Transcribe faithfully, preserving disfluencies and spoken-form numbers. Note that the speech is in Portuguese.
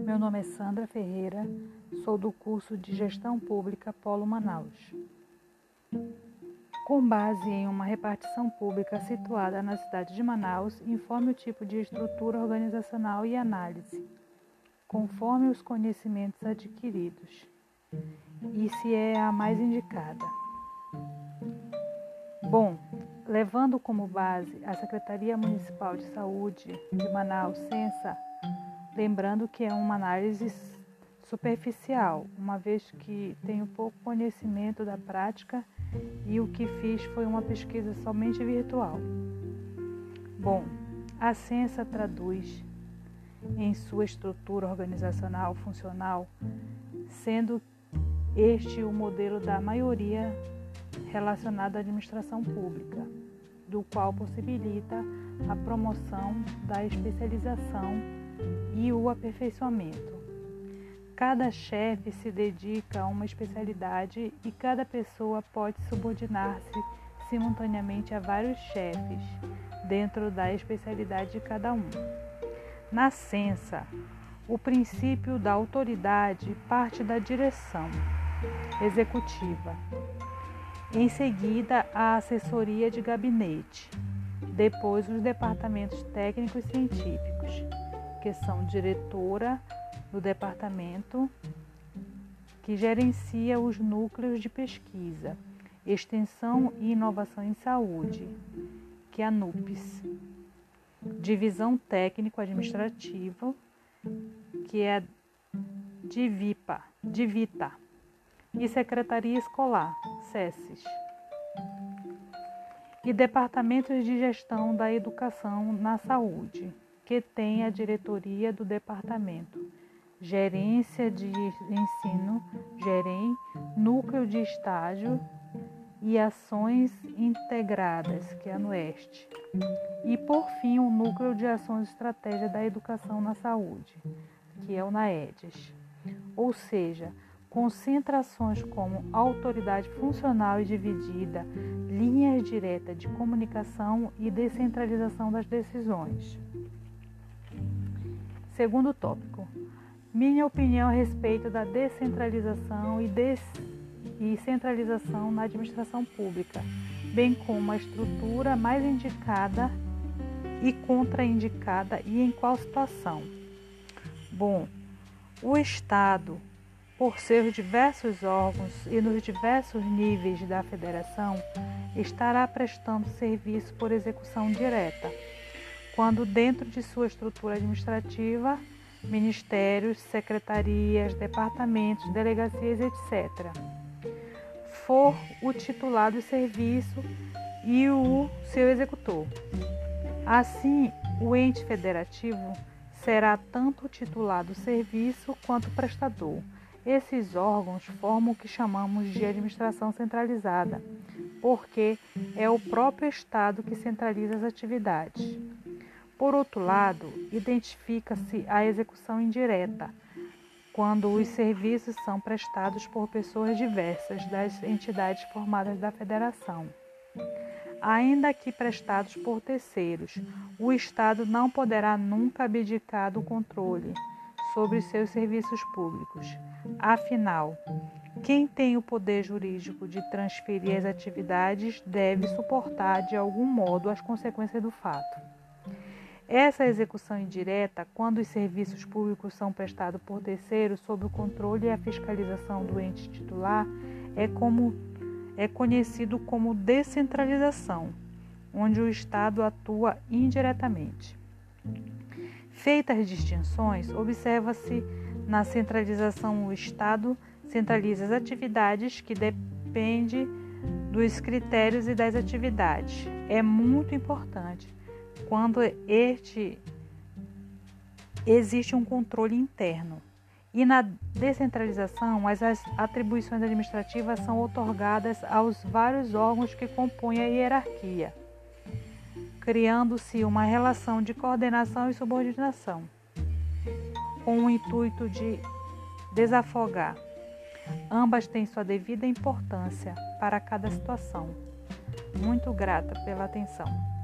Meu nome é Sandra Ferreira, sou do curso de Gestão Pública Polo Manaus. Com base em uma repartição pública situada na cidade de Manaus, informe o tipo de estrutura organizacional e análise, conforme os conhecimentos adquiridos, e se é a mais indicada. Bom, levando como base a Secretaria Municipal de Saúde de Manaus, Censa, lembrando que é uma análise superficial, uma vez que tenho pouco conhecimento da prática e o que fiz foi uma pesquisa somente virtual. Bom, a Censa traduz em sua estrutura organizacional funcional, sendo este o modelo da maioria relacionada à administração pública, do qual possibilita a promoção da especialização e o aperfeiçoamento. Cada chefe se dedica a uma especialidade e cada pessoa pode subordinar-se simultaneamente a vários chefes dentro da especialidade de cada um. Na Censa, o princípio da autoridade parte da direção executiva. Em seguida, a assessoria de gabinete. Depois, os departamentos técnicos e científicos, que são diretora do departamento que gerencia os núcleos de pesquisa, extensão e inovação em saúde, que é a NUPES, divisão técnico-administrativa, que é a DIVIPA, DIVITA, e secretaria escolar, SESES, e departamentos de gestão da educação na saúde, que tem a diretoria do departamento, gerência de ensino, GEREM, núcleo de estágio e ações integradas, que é a NUEST, e por fim o núcleo de ações e estratégia da educação na saúde, que é o NAEDES, ou seja, concentrações como autoridade funcional e dividida, linhas diretas de comunicação e descentralização das decisões. Segundo tópico, minha opinião a respeito da descentralização e, des... e centralização na administração pública, bem como a estrutura mais indicada e contraindicada e em qual situação. Bom, o Estado, por seus diversos órgãos e nos diversos níveis da federação, estará prestando serviço por execução direta, quando dentro de sua estrutura administrativa, ministérios, secretarias, departamentos, delegacias, etcétera, for o titular do serviço e o seu executor. Assim, o ente federativo será tanto o titular do serviço quanto o prestador. Esses órgãos formam o que chamamos de administração centralizada, porque é o próprio Estado que centraliza as atividades. Por outro lado, identifica-se a execução indireta, quando os serviços são prestados por pessoas diversas das entidades formadas da federação. Ainda que prestados por terceiros, o Estado não poderá nunca abdicar do controle sobre seus serviços públicos. Afinal, quem tem o poder jurídico de transferir as atividades deve suportar de algum modo as consequências do fato. Essa execução indireta, quando os serviços públicos são prestados por terceiros sob o controle e a fiscalização do ente titular, é, como, é conhecido como descentralização, onde o Estado atua indiretamente. Feitas as distinções, observa-se na centralização o Estado centraliza as atividades que dependem dos critérios e das atividades. É muito importante quando este existe um controle interno. E na descentralização, as atribuições administrativas são outorgadas aos vários órgãos que compõem a hierarquia, criando-se uma relação de coordenação e subordinação, com o intuito de desafogar. Ambas têm sua devida importância para cada situação. Muito grata pela atenção.